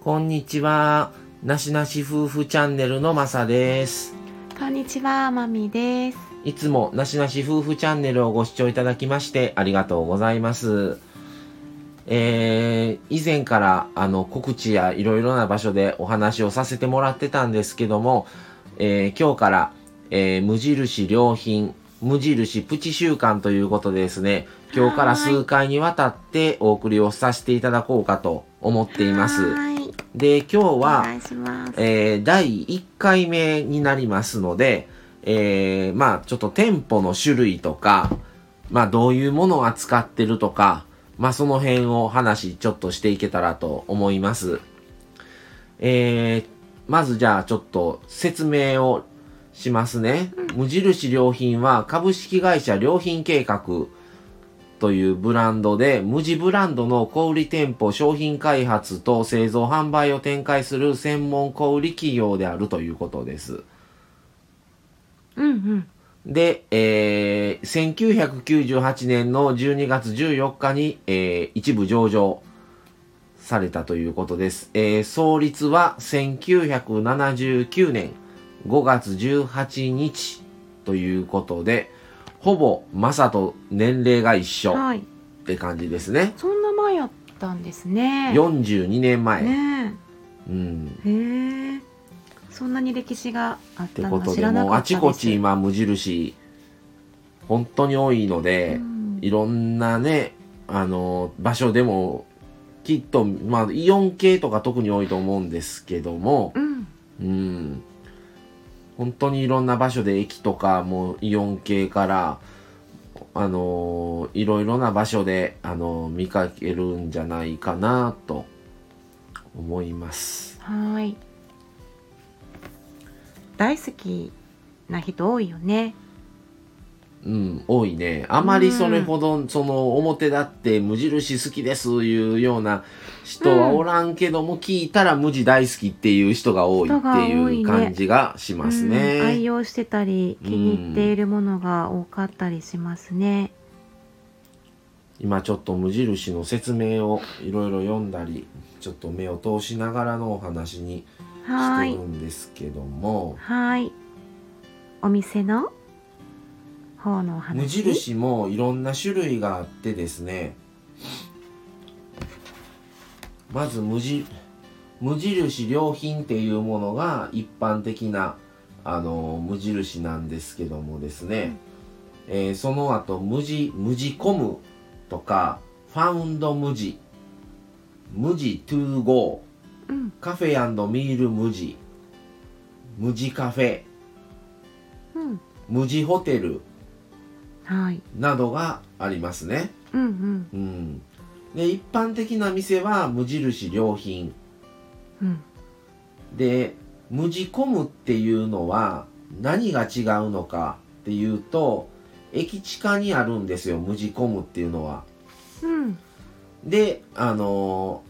こんにちは。なしなし夫婦チャンネルのまさです。 こんにちは、まみです。 いつもなしなし夫婦チャンネルをご視聴いただきましてありがとうございます。以前から告知やいろいろな場所でお話をさせてもらってたんですけども、今日から、無印良品、無印プチ週間ということでですね、今日から数回にわたってお送りをさせていただこうかと思っています。で、今日は、第1回目になりますので、ちょっと店舗の種類とか、どういうものを扱ってるとか、その辺を話ちょっとしていけたらと思います。まずじゃあちょっと説明をしますね。無印良品は株式会社良品計画というブランドで、無地ブランドの小売店舗商品開発と製造販売を展開する専門小売企業であるということです。で、1998年の12月14日に、一部上場されたということです。創立は1979年5月18日ということで、ほぼマサと年齢が一緒って感じですね。 そんな前やったんですね。 42年前。 ねえ。へえ。そんなに歴史があったのは知らなかったです。 もうあちこち今無印本当に多いので、いろんなね場所でもきっとイオン系とか特に多いと思うんですけども、本当にいろんな場所で駅とかもイオン系からいろいろな場所で見かけるんじゃないかなと思います。 はい。大好きな人多いよね。 多いね。あまりそれほど表立って無印好きですいうような人はおらんけども、聞いたら無地大好きっていう人が多いっていう感じがしますね。 愛用してたり気に入っているものが多かったりしますね。 今ちょっと無印の説明をいろいろ読んだり、ちょっと目を通しながらのお話にしてるんですけども、 お店の方のお話。 無印もいろんな種類があってですね、まず無印良品っていうものが一般的な無印なんですけどもですね、その後無地コムとかファウンド無地、無地トゥーゴー、カフェ&ミール無地、無地カフェ、無地ホテルなどがありますね。で、一般的な店は無印良品、で無地コムっていうのは何が違うのかっていうと、駅地下にあるんですよ、無地コムっていうのは。でお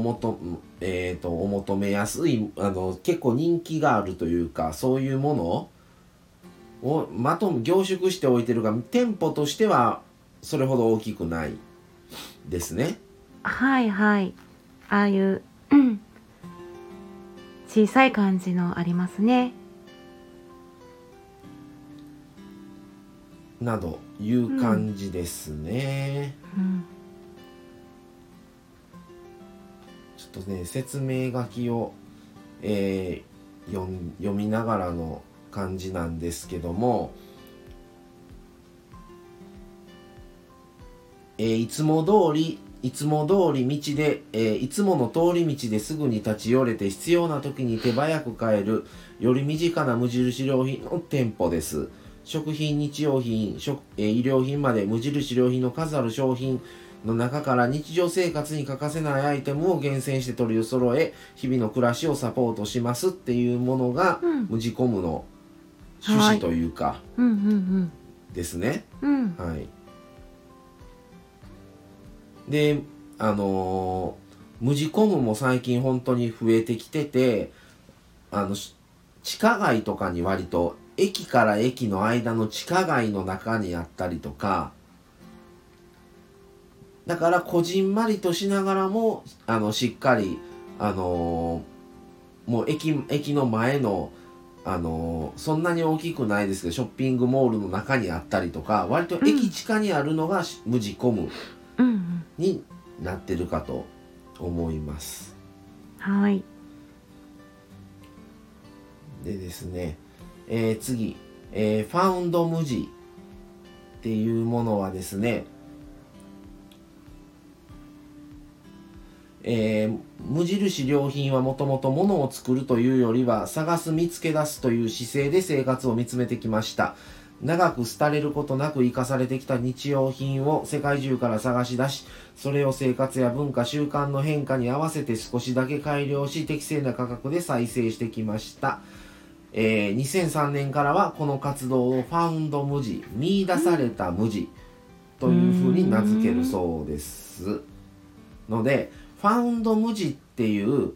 求めやすい結構人気があるというか、そういうものを凝縮しておいてるが、店舗としてはそれほど大きくないですね。ああいう小さい感じのありますね。 などいう感じですね。ちょっとね、説明書きを、読みながらの感じなんですけども、いつもの通り道ですぐに立ち寄れて、必要な時に手早く買えるより身近な無印良品の店舗です。食品、日用品、衣料品まで無印良品の数ある商品の中から日常生活に欠かせないアイテムを厳選して取り揃え、日々の暮らしをサポートしますっていうものが、無地コムの趣旨というか、ですね。で、無地コムも最近本当に増えてきてて、地下街とかに割と駅から駅の間の地下街の中にあったりとか、だからこじんまりとしながらもしっかりもう駅の前のそんなに大きくないですけどショッピングモールの中にあったりとか、割と駅地下にあるのがムジコムになってるかと思います。 はい。 でですね、次、ファウンドムジっていうものはですね、無印良品はもともと物を作るというよりは探す見つけ出すという姿勢で生活を見つめてきました。長く廃れることなく生かされてきた日用品を世界中から探し出し、それを生活や文化習慣の変化に合わせて少しだけ改良し適正な価格で再生してきました。2003年からはこの活動をファウンド無地、見出された無地というふうに名付けるそうですので、ファウンド無地っていう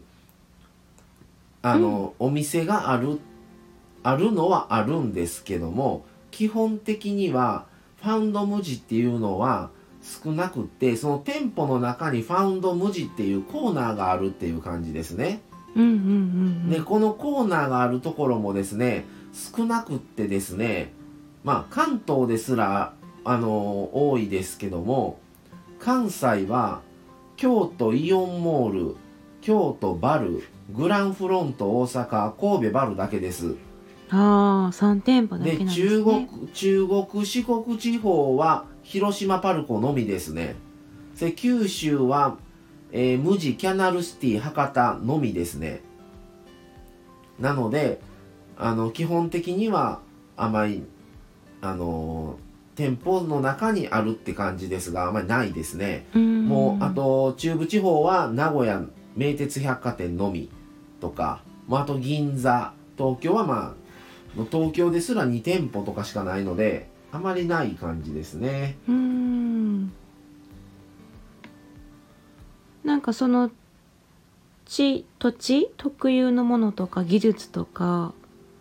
お店があるのはあるんですけども、基本的にはファウンド無地っていうのは少なくって、その店舗の中にファウンド無地っていうコーナーがあるっていう感じですね。でこのコーナーがあるところもですね少なくってですね、関東ですら多いですけども、関西は京都イオンモール、京都バル、グランフロント大阪、神戸バルだけです。 3店舗だけなんですね。 中国四国地方は広島パルコのみですね。九州は、無地キャナルシティ博多のみですね。なので基本的にはあまり店舗の中にあるって感じですが、あまりないですね。もうあと中部地方は名古屋名鉄百貨店のみとか、あと銀座、東京は東京ですら2店舗とかしかないのであまりない感じですね。 なんかその土地特有のものとか技術とか、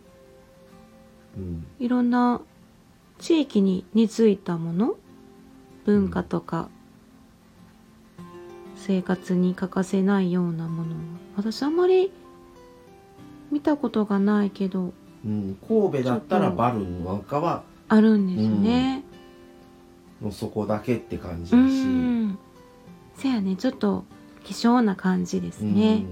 いろんな地域に根付いたもの、文化とか、生活に欠かせないようなもの、私あんまり見たことがないけど、 神戸だったらバルなんかはあるんですね。 もうそこだけって感じだし、 せやね、ちょっと希少な感じですね。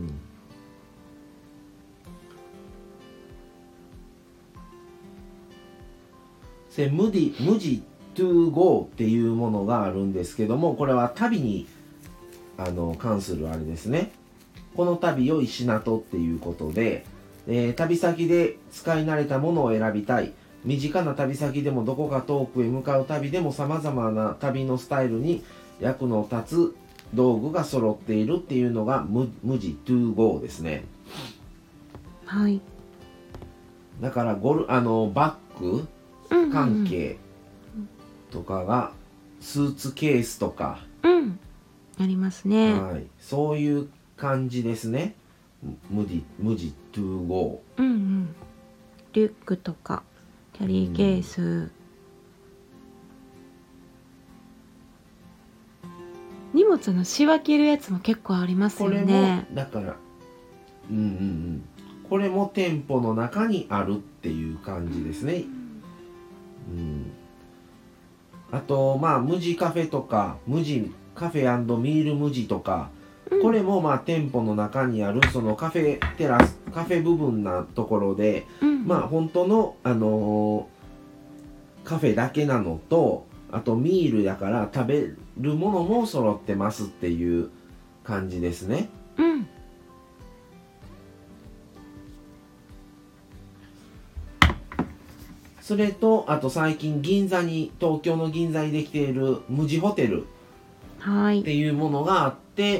無地 to go っていうものがあるんですけども、これは旅に関するあれですね。この旅良い品とっていうことで、旅先で使い慣れたものを選びたい、身近な旅先でもどこか遠くへ向かう旅でもさまざまな旅のスタイルに役の立つ道具が揃っているっていうのが無地 to go ですね。 はい。 だからバッグ関係とかがスーツケースとか、 ありますね。 そういう感じですね。無地 to go。 リュックとかキャリーケース、荷物の仕分けるやつも結構ありますよね。 これもだからこれも店舗の中にあるっていう感じですね。あと無地カフェとか無地カフェ&ミール無地とか、これも店舗の中にあるそのカフェテラス、カフェ部分なところで、本当のカフェだけなのと、あとミールだから食べるものも揃ってますっていう感じですね。それとあと最近東京の銀座にできている無地ホテルっていうものがあって、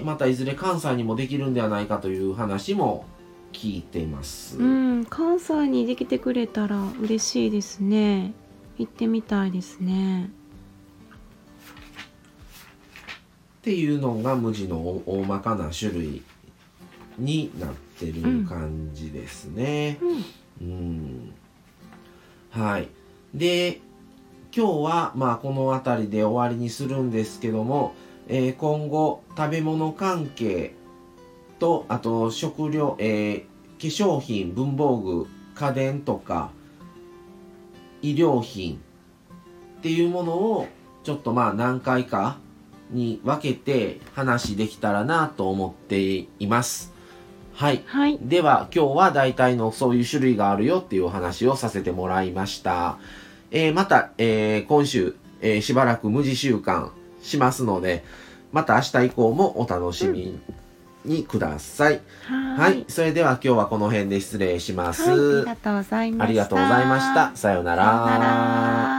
またいずれ関西にもできるんではないかという話も聞いています。 関西にできてくれたら嬉しいですね。行ってみたいですね。 っていうのが無地の大まかな種類になってる感じですね。はい。で、今日はこの辺りで終わりにするんですけども、今後食べ物関係とあと食料、化粧品、文房具、家電とか医療品っていうものをちょっと何回かに分けて話できたらなと思っています。はい、 はい、 では今日は大体のそういう種類があるよっていうお話をさせてもらいました。また、今週、しばらく無事週間しますので、また明日以降もお楽しみにください。はい、それでは今日はこの辺で失礼します。 はい、ありがとうございました。 ありがとうございました。さようなら。 さようなら。